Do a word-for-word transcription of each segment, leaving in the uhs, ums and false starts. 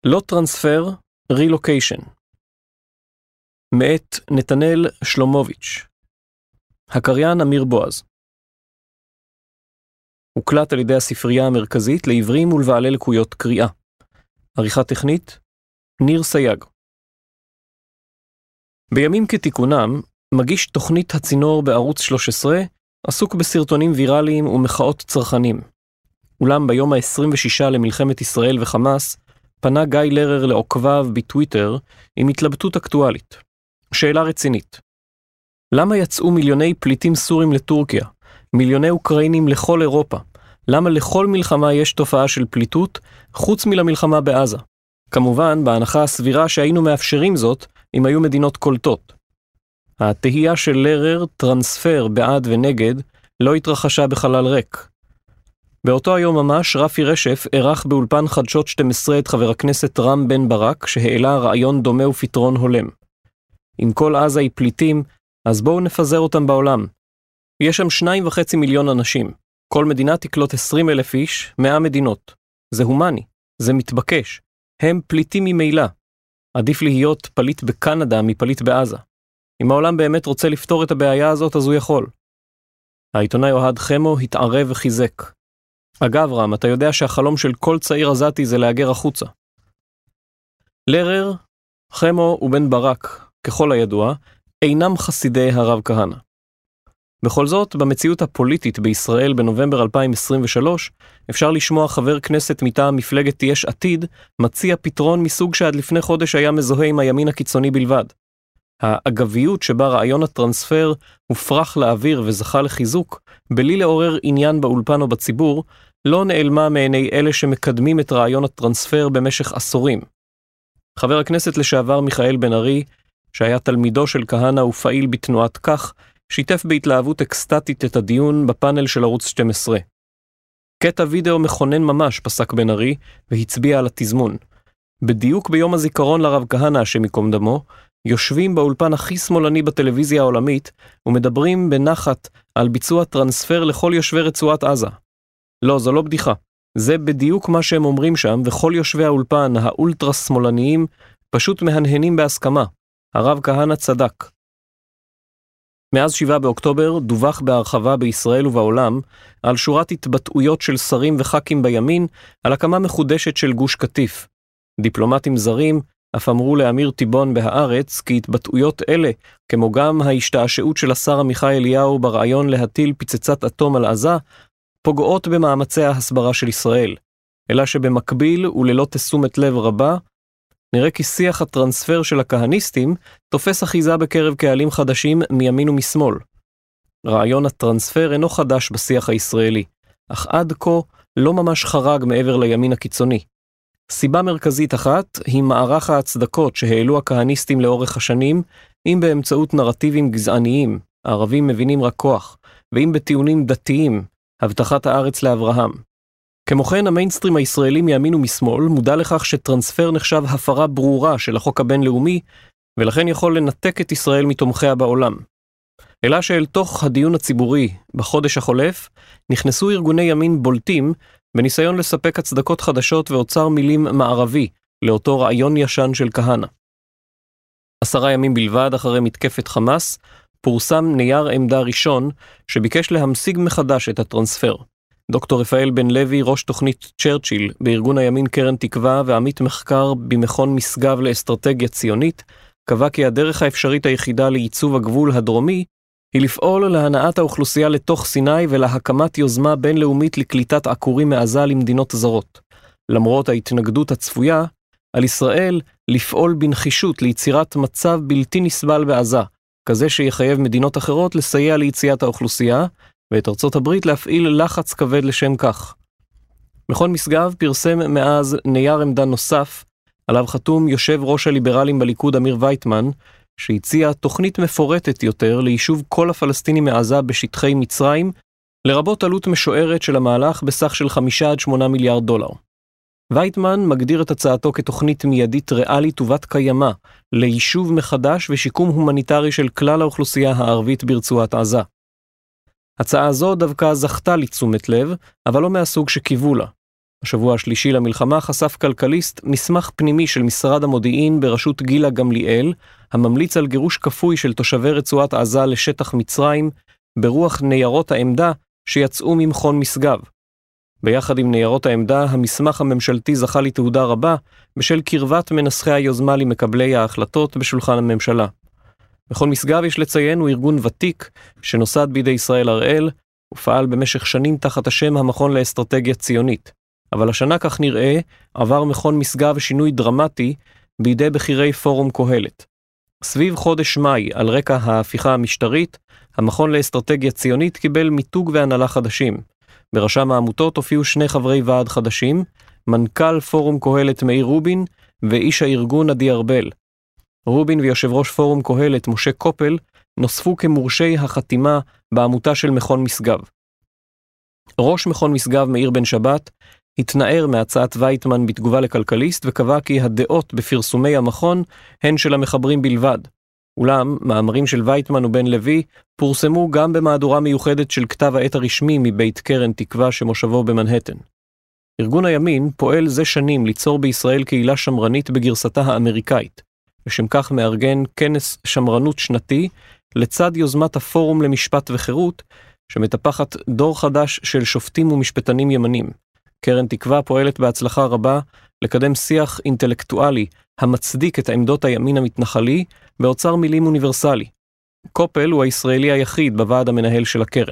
לא טרנספר, רילוקיישן. מאת נתנאל שלומוביץ'. הקריין אמיר בועז. הוקלט על ידי הספרייה המרכזית לעברים ולבעלי לקויות קריאה. עריכה טכנית, ניר סייג. בימים כתיקונם, מגיש תוכנית הצינור בערוץ שלוש עשרה עסוק בסרטונים ויראליים ומחאות צרכנים. אולם ביום ה-עשרים ושישה למלחמת ישראל וחמאס, פנה גיא לרר לעוקביו בטוויטר עם התלבטות אקטואלית. שאלה רצינית. למה יצאו מיליוני פליטים סורים לטורקיה, מיליוני אוקראינים לכל אירופה? למה לכל מלחמה יש תופעה של פליטות, חוץ מלמלחמה בעזה? כמובן, בהנחה הסבירה שהיינו מאפשרים זאת, אם היו מדינות קולטות. התהייה של לרר, טרנספר בעד ונגד, לא התרחשה בחלל ריק. באותו היום ממש, רפי רשף ערך באולפן חדשות שתים עשרה את חבר הכנסת רם בן ברק, שהעלה רעיון דומה ופתרון הולם. אם כל עזה היא פליטים, אז בואו נפזר אותם בעולם. יש שם שניים וחצי מיליון אנשים. כל מדינה תקלוט עשרים אלף איש, מאה מדינות. זה הומני, זה מתבקש. הם פליטים ממילא. עדיף להיות פליט בקנדה מפליט בעזה. אם העולם באמת רוצה לפתור את הבעיה הזאת, אז הוא יכול. העיתונאי אוהד חמו התערב וחיזק. אגב רם, אתה יודע שהחלום של כל צעיר עזתי זה להגר החוצה. לרר, חמו ובן ברק, ככל הידוע, אינם חסידי הרב כהנא. בכל זאת, במציאות הפוליטית בישראל בנובמבר אלפיים עשרים ושלוש, אפשר לשמוע חבר כנסת מטעם מפלגת יש עתיד, מציע פתרון מסוג שעד לפני חודש היה מזוהה עם הימין הקיצוני בלבד. האגביות שבה רעיון הטרנספר הופרח לאוויר וזכה לחיזוק, בלי לעורר עניין באולפן או בציבור, לא נעלמה מעיני אלה שמקדמים את רעיון הטרנספר במשך עשורים. חבר הכנסת לשעבר מיכאל בן ארי, שהיה תלמידו של כהנא ופעיל בתנועת כך, שיתף בהתלהבות אקסטטית את הדיון בפאנל של ערוץ שתים עשרה. קטע וידאו מכונן ממש פסק בן ארי והצביע על התזמון. בדיוק ביום הזיכרון לרב כהנא שמקום דמו, יושבים באולפן הכי שמאלני בטלוויזיה העולמית ומדברים בנחת על ביצוע טרנספר לכל יושבי רצועת עזה. לא, זו לא בדיחה. זה בדיוק מה שהם אומרים שם, וכל יושבי האולפן האולטרה שמאלניים פשוט מהנהנים בהסכמה. הרב כהנא צדק. מאז שבעה באוקטובר דווח בהרחבה בישראל ובעולם על שורת התבטאויות של שרים וח"כים בימין על הקמה מחודשת של גוש קטיף. דיפלומטים זרים אף אמרו לאמיר טיבון בהארץ כי התבטאויות אלה, כמו גם ההשתעשעות של השר עמיחי אליהו ברעיון להטיל פצצת אטום על עזה, פוגעות במאמצי ההסברה של ישראל, אלא שבמקביל וללא תשומת לב רבה, נראה כי שיח הטרנספר של הכהניסטים תופס אחיזה בקרב קהלים חדשים מימין ומשמאל. רעיון הטרנספר אינו חדש בשיח הישראלי, אך עד כה לא ממש חרג מעבר לימין הקיצוני. סיבה מרכזית אחת היא מערך ההצדקות שהעלו הכהניסטים לאורך השנים, אם באמצעות נרטיבים גזעניים, הערבים מבינים רק כוח, ואם בטיעונים דתיים, הבטחת הארץ לאברהם. כמו כן, המיינסטרים הישראלי מימין ומשמאל מודע לכך שטרנספר נחשב הפרה ברורה של החוק הבינלאומי, ולכן יכול לנתק את ישראל מתומכיה בעולם. אלא שאל תוך הדיון הציבורי בחודש החולף, נכנסו ארגוני ימין בולטים בניסיון לספק הצדקות חדשות ואוצר מילים מערבי לאותו רעיון ישן של כהנא. עשרה ימים בלבד אחרי מתקפת חמאס, פורסם נייר עמדה ראשון שביקש להמשיג מחדש את הטרנספר. דוקטור רפאל בן לוי, ראש תוכנית צ'רצ'יל בארגון הימין קרן תקווה ועמית מחקר במכון משגב לאסטרטגיה ציונית, קבע כי הדרך האפשרית היחידה לייצוב הגבול הדרומי היא לפעול להנעת האוכלוסייה לתוך סיני ולהקמת יוזמה בינלאומית לקליטת עקורים מעזה למדינות זרות. למרות ההתנגדות הצפויה, על ישראל לפעול בנחישות ליצירת מצב בלתי נסבל בעזה, כזה שיחייב מדינות אחרות לסייע ליציאת האוכלוסייה, ואת ארצות הברית להפעיל לחץ כבד לשם כך. מכון משגב פרסם מאז נייר עמדה נוסף, עליו חתום יושב ראש הליברלים בליכוד אמיר וייטמן, שהציע תוכנית מפורטת יותר ליישוב כל הפלסטינים מעזה בשטחי מצרים, לרבות עלות משוערת של המהלך בסך של חמישה עד שמונה מיליארד דולר. וייטמן מגדיר את הצעתו כתוכנית מיידית ריאלית ובת קיימה, ליישוב מחדש ושיקום הומניטרי של כלל האוכלוסייה הערבית ברצועת עזה. הצעה זו דווקא זכתה לתשומת לב, אבל לא מהסוג שקיוו לה. בשבוע השלישי למלחמה חשף כלכליסט מסמך פנימי של משרד המודיעין בראשות גילה גמליאל, הממליץ על גירוש כפוי של תושבי רצועת עזה לשטח מצרים, ברוח ניירות העמדה שיצאו ממכון משגב. ביחד עם ניירות העמדה, המסמך הממשלתי זכה לתהודה רבה בשל קרבת מנסחי היוזמה למקבלי ההחלטות בשולחן הממשלה. מכון משגב, יש לציין, הוא ארגון ותיק שנוסד בידי ישראל הראל, ופעל במשך שנים תחת השם המכון לאסטרטגיה ציונית. אבל השנה, כך נראה, עבר מכון משגב שינוי דרמטי בידי בחירי פורום קהלת. סביב חודש מאי, על רקע ההפיכה המשטרית, המכון לאסטרטגיה ציונית קיבל מיתוג והנהלה חדשים. ברשם העמותות הופיעו שני חברי ועד חדשים, מנכ"ל פורום קהלת מאיר רובין ואיש הארגון עדי ארבל. רובין ויושב ראש פורום קהלת משה קופל נוספו כמורשי החתימה בעמותה של מכון משגב. ראש מכון משגב מאיר בן שבת התנער מהצעת וייטמן בתגובה לכלכליסט וקבע כי הדעות בפרסומי המכון הן של המחברים בלבד. אולם, מאמרים של וייטמן ובן לוי פורסמו גם במהדורה מיוחדת של כתב העת הרשמי מבית קרן תקווה שמושבו במנהטן. ארגון הימין פועל זה שנים ליצור בישראל קהילה שמרנית בגרסתה האמריקאית, לשם כך מארגן כנס שמרנות שנתי לצד יוזמת הפורום למשפט וחירות, שמטפחת דור חדש של שופטים ומשפטנים ימנים. קרן תקווה פועלת בהצלחה רבה לקדם שיח אינטלקטואלי המצדיק את עמדות הימין המתנחלי באוצר מילים אוניברסלי. קופל הוא הישראלי היחיד בוועד המנהל של הקרן.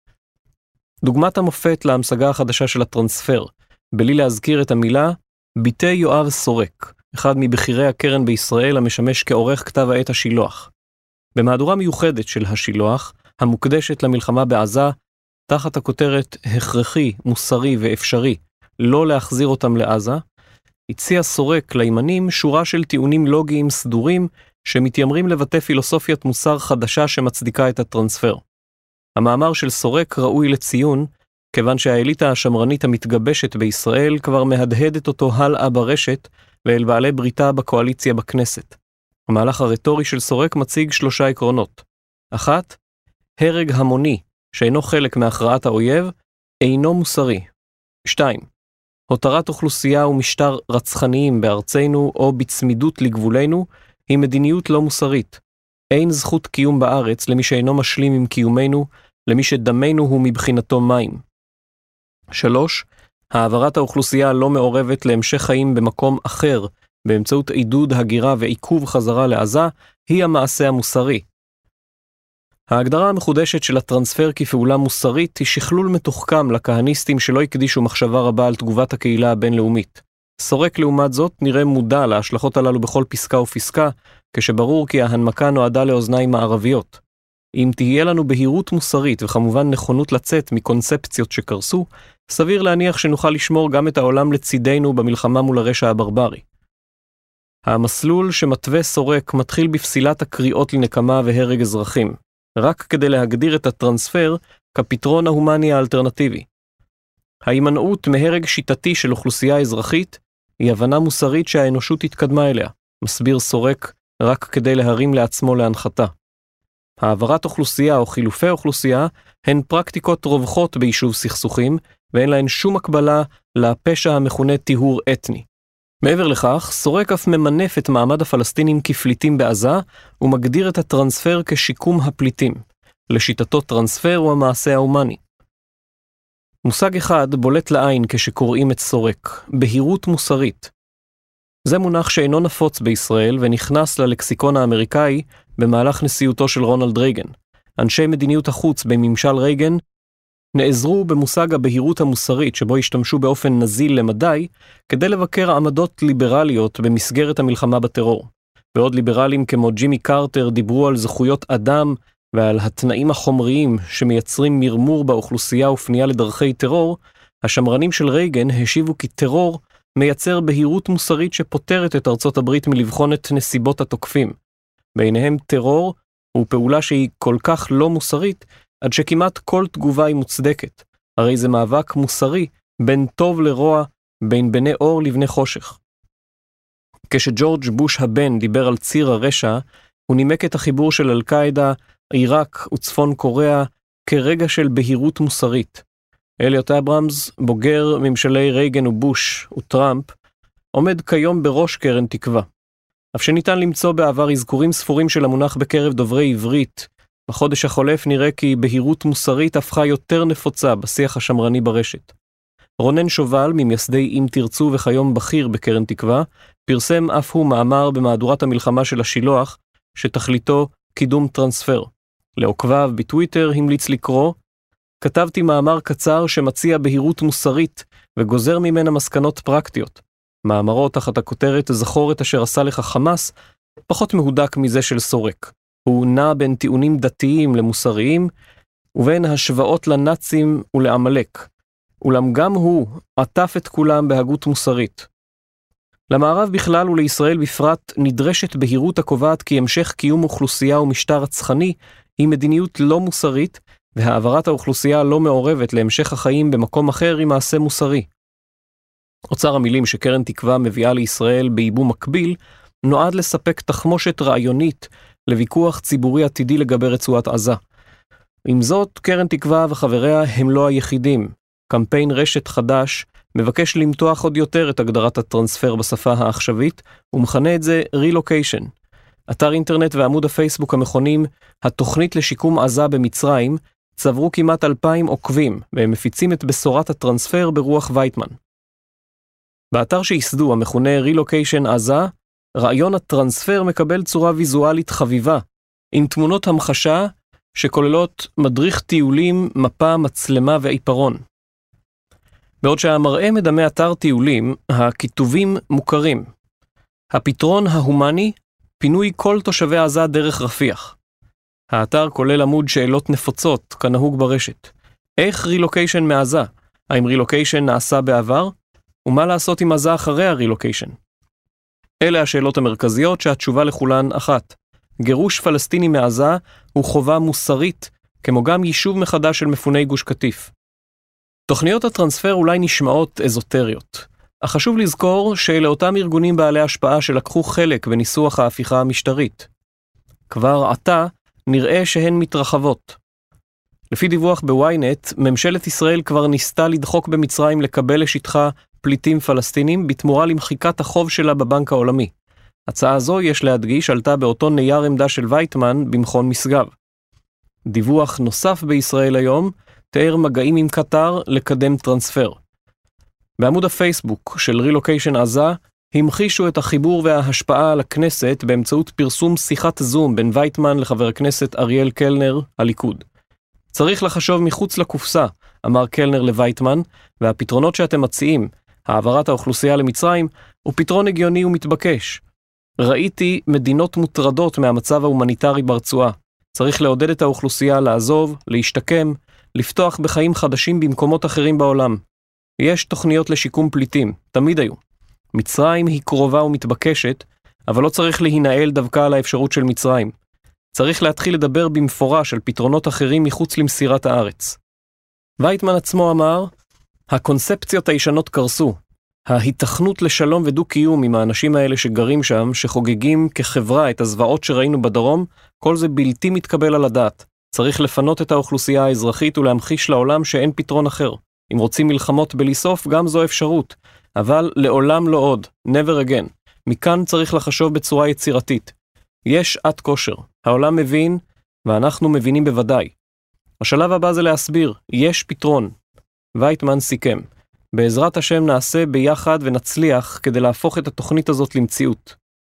דוגמת המופת להמשגה החדשה של הטרנספר, בלי להזכיר את המילה, ביטי יואב סורק, אחד מבחירי הקרן בישראל המשמש כעורך כתב העת השילוח. במהדורה מיוחדת של השילוח, המוקדשת למלחמה בעזה, תחת הכותרת הכרחי, מוסרי ואפשרי לא להחזיר אותם לעזה, הציע סורק לימנים שורה של טיעונים לוגיים סדורים שמתיימרים לבטא פילוסופיית מוסר חדשה שמצדיקה את הטרנספר. המאמר של סורק ראוי לציון, כיוון שהאליטה השמרנית המתגבשת בישראל כבר מהדהדת אותו הלאה ברשת ואל בעלי בריתה בקואליציה בכנסת. המהלך הרטורי של סורק מציג שלושה עקרונות. אחת, הרג המוני, שאינו חלק מהכרעת האויב, אינו מוסרי. שתיים, הותרת אוכלוסייה ומשטר רצחניים בארצנו או בצמידות לגבולנו, היא מדיניות לא מוסרית. אין זכות קיום בארץ למי שאינו משלים עם קיומנו, למי שדמנו הוא מבחינתו מים. שלוש, העברת האוכלוסייה לא מעורבת להמשך חיים במקום אחר, באמצעות עידוד הגירה ועיכוב חזרה לעזה, היא המעשה המוסרי. ההגדרה המחודשת של הטרנספר כפעולה מוסרית היא שכלול מתוחכם לכהניסטים שלא הקדישו מחשבה רבה על תגובת הקהילה הבינלאומית. סורק לעומת זאת נראה מודע להשלכות הללו בכל פסקה ופסקה, כשברור כי ההנמקה נועדה לאוזניים מערביות. אם תהיה לנו בהירות מוסרית וכמובן נכונות לצאת מקונספציות שקרסו, סביר להניח שנוכל לשמור גם את העולם לצידנו במלחמה מול הרשע הברברי. המסלול שמתווה סורק מתחיל בפסילת הקריאות לנקמה והרג אזרחים, רק כדי להגדיר את הטרנספר כפתרון ההומני האלטרנטיבי. ההימנעות מהרג שיטתי של אוכלוסייה אזרחית היא הבנה מוסרית שהאנושות התקדמה אליה, מסביר סורק רק כדי להרים לעצמו להנחתה. העברת אוכלוסייה או חילופי אוכלוסייה הן פרקטיקות רווחות ביישוב סכסוכים, ואין להן שום הקבלה לפשע המכונה טיהור אתני. מעבר לכך, סורק אף ממנף את מעמד הפלסטינים כפליטים בעזה, ומגדיר את הטרנספר כשיקום הפליטים. לשיטתו טרנספר הוא המעשה ההומני. מושג אחד בולט לעין כשקוראים את סורק, בהירות מוסרית. זה מונח שאינו נפוץ בישראל ונכנס ללקסיקון האמריקאי במהלך נשיאותו של רונלד רייגן. אנשי מדיניות החוץ בממשל רייגן נעזרו במושג הבהירות המוסרית שבו השתמשו באופן נזיל למדי כדי לבקר עמדות ליברליות במסגרת המלחמה בטרור. ועוד ליברלים כמו ג'ימי קרטר דיברו על זכויות אדם ועל התנאים החומריים שמייצרים מרמור באוכלוסייה ופנייה לדרכי טרור, השמרנים של רייגן השיבו כי טרור מייצר בהירות מוסרית שפותרת את ארצות הברית מלבחון את נסיבות התוקפים. ביניהם טרור הוא פעולה שהיא כל כך לא מוסרית עד שכמעט כל תגובה היא מוצדקת. הרי זה מאבק מוסרי בין טוב לרוע, בין בני אור לבני חושך. כשג'ורג' בוש הבן דיבר על ציר הרשע, הוא נימק את החיבור של אל-קאעידה, עיראק וצפון קוריאה כרגע של בהירות מוסרית. אליוט אברמס, בוגר ממשלי רייגן ובוש וטראמפ, עומד כיום בראש קרן תקווה. אף שניתן למצוא בעבר אזכורים ספורים של המונח בקרב דוברי עברית, בחודש החולף נראה כי בהירות מוסרית הפכה יותר נפוצה בשיח השמרני ברשת. רונן שובל, ממייסדי אם תרצו וכיום בכיר בקרן תקווה, פרסם אף הוא מאמר במהדורת המלחמה של השילוח, שתכליתו קידום טרנספר. לעוקביו בטוויטר המליץ לקרוא, כתבתי מאמר קצר שמציע בהירות מוסרית וגוזר ממנה מסקנות פרקטיות. מאמרו תחת הכותרת זכור את אשר עשה לך חמאס, פחות מהודק מזה של סורק. הוא נע בין טיעונים דתיים למוסריים, ובין השוואות לנאצים ולעמלק. אולם גם הוא עטף את כולם בהגות מוסרית. למערב בכלל ולישראל בפרט נדרשת בהירות הקובעת כי המשך קיום אוכלוסייה ומשטר רצחני היא מדיניות לא מוסרית, והעברת האוכלוסייה לא מעורבת להמשך החיים במקום אחר היא מעשה מוסרי. אוצר המילים שקרן תקווה מביאה לישראל בייבום מקביל, נועד לספק תחמושת רעיונית לוויכוח ציבורי עתידי לגבי רצועת עזה. עם זאת, קרן תקווה וחבריה הם לא היחידים. קמפיין רשת חדש מבקש למתוח עוד יותר את הגדרת הטרנספר בשפה העכשווית, ומכנה את זה רילוקיישן. אתר אינטרנט ועמוד הפייסבוק המכונים התוכנית לשיקום עזה במצרים צברו כמעט אלפיים עוקבים, והם מפיצים את בשורת הטרנספר ברוח וייטמן. באתר שיסדו המכונה רילוקיישן עזה, רעיון הטרנספר מקבל צורה ויזואלית חביבה, עם תמונות המחשה שכוללות מדריך טיולים, מפה, מצלמה ועיפרון. בעוד שהמראה מדמה אתר טיולים, הכיתובים מוכרים. הפתרון ההומני, פינוי כל תושבי עזה דרך רפיח. האתר כולל עמוד שאלות נפוצות, כנהוג ברשת. איך רילוקיישן מעזה? האם רילוקיישן נעשה בעבר? ומה לעשות עם עזה אחרי הרילוקיישן? אלה השאלות המרכזיות שהתשובה לכולן אחת. גירוש פלסטיני מעזה הוא חובה מוסרית, כמו גם יישוב מחדש של מפוני גוש קטיף. תוכניות הטרנספר אולי נשמעות אזוטריות, אך חשוב לזכור שאלה אותם ארגונים בעלי השפעה שלקחו חלק בניסוח ההפיכה המשטרית. כבר עתה נראה שהן מתרחבות. לפי דיווח בוויינט, ממשלת ישראל כבר ניסתה לדחוק במצרים לקבל לשטחה פליטים פלסטינים בתמורה למחיקת החוב שלה בבנק העולמי. הצעה זו, יש להדגיש, עלתה באותו נייר עמדה של וייטמן במכון משגב. דיווח נוסף בישראל היום תיאר מגעים עם קטר לקדם טרנספר. בעמוד הפייסבוק של רילוקיישן עזה המחישו את החיבור וההשפעה על הכנסת באמצעות פרסום שיחת זום בין וייטמן לחבר הכנסת אריאל קלנר, הליכוד. צריך לחשוב מחוץ לקופסה, אמר קלנר לוייטמן, והפתרונות שאתם מציעים, העברת האוכלוסייה למצרים, הוא פתרון הגיוני ומתבקש. ראיתי מדינות מוטרדות מהמצב ההומניטרי ברצועה. צריך לעודד את האוכלוסייה לעזוב, להשתקם, לפתוח בחיים חדשים במקומות אחרים בעולם. יש תוכניות לשיקום פליטים, תמיד היו. מצרים היא קרובה ומתבקשת, אבל לא צריך להינעל דווקא על האפשרות של מצרים. צריך להתחיל לדבר במפורש על פתרונות אחרים מחוץ למסירת הארץ. וייטמן עצמו אמר, הקונספציות הישנות קרסו. ההיתכנות לשלום ודו-קיום עם האנשים האלה שגרים שם, שחוגגים כחברה את הזוועות שראינו בדרום, כל זה בלתי מתקבל על הדעת. צריך לפנות את האוכלוסייה האזרחית ולהמחיש לעולם שאין פתרון אחר. אם רוצים מלחמות בלי סוף, גם זו אפשרות. אבל לעולם לא עוד, never again. מכאן צריך לחשוב בצורה יצירתית. יש עד כושר. העולם מבין, ואנחנו מבינים בוודאי. השלב הבא זה להסביר, יש פתרון. וייטמן סיכם. בעזרת השם נעשה ביחד ונצליח כדי להפוך את התוכנית הזאת למציאות.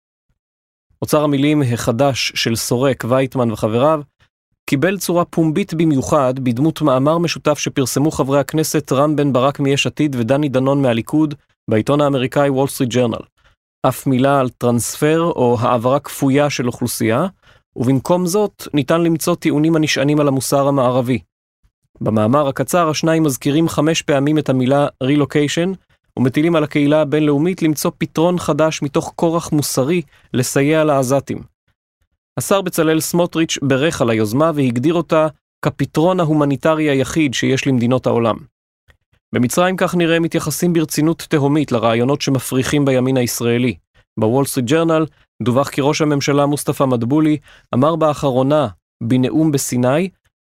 אוצר המילים החדש של סורק, וייטמן וחבריו, קיבל צורה פומבית במיוחד בדמות מאמר משותף שפרסמו חברי הכנסת רם בן ברק מיש עתיד ודני דנון מהליכוד בעיתון האמריקאי וול סטריט ג'ורנל. אף מילה על טרנספר או העברה כפויה של אוכלוסייה, ובמקום זאת ניתן למצוא טיעונים הנשענים על המוסר המערבי. במאמר הקצר השניים מזכירים חמש פעמים את המילה רילוקיישן, ומטילים על הקהילה הבינלאומית למצוא פתרון חדש מתוך כורח מוסרי לסייע לעזתים. השר בצלאל סמוטריץ' ברך על היוזמה והגדיר אותה כפתרון ההומניטרי היחיד שיש למדינות העולם. במצרים כך נראה מתייחסים ברצינות תהומית לרעיונות שמפריחים בימין הישראלי. בוול סטריט ג'ורנל דווח כי ראש הממשלה מוסטפא מדבולי אמר באחרונה בנאום בסיני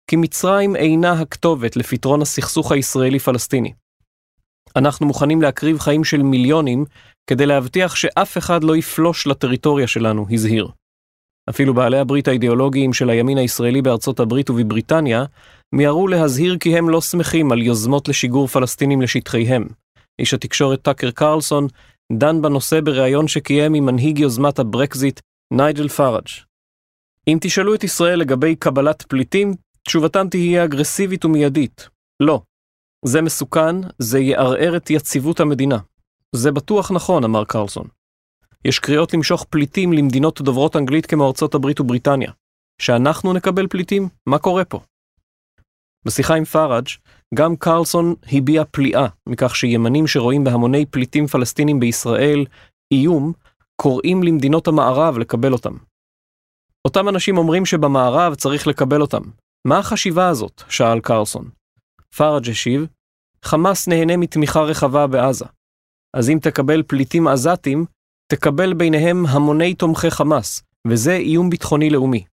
כי מצרים אינה הכתובת לפתרון הסכסוך הישראלי-פלסטיני. אנחנו מוכנים להקריב חיים של מיליונים כדי להבטיח שאף אחד לא יפלוש לטריטוריה שלנו, הזהיר. אפילו בעלי הברית האידיאולוגיים של הימין הישראלי בארצות הברית ובבריטניה מיהרו להזהיר כי הם לא שמחים על יוזמות לשיגור פלסטינים לשטחיהם. איש התקשורת טאקר קרלסון דן בנושא בריאיון שקיים עם מנהיג יוזמת הברקזיט, נייג'ל פאראג'. אם תשאלו את ישראל לגבי קבלת פליטים, תשובתם תהיה אגרסיבית ומיידית. לא. זה מסוכן, זה יערער את יציבות המדינה. זה בטוח נכון, אמר קרלסון. יש קריאות למשוך פליטים למדינות דוברות אנגלית כמו ארצות הברית ובריטניה. שאנחנו נקבל פליטים? מה קורה פה? בשיחה עם פאראג' גם קרלסון הביע פליאה מכך שימנים שרואים בהמוני פליטים פלסטינים בישראל איום, קוראים למדינות המערב לקבל אותם. אותם אנשים אומרים שבמערב צריך לקבל אותם. מה החשיבה הזאת? שאל קרלסון. פאראג' השיב, חמאס נהנה מתמיכה רחבה בעזה. אז אם תקבל פליטים עזתים, תקבל ביניהם המוני תומכי חמאס, וזה איום ביטחוני לאומי.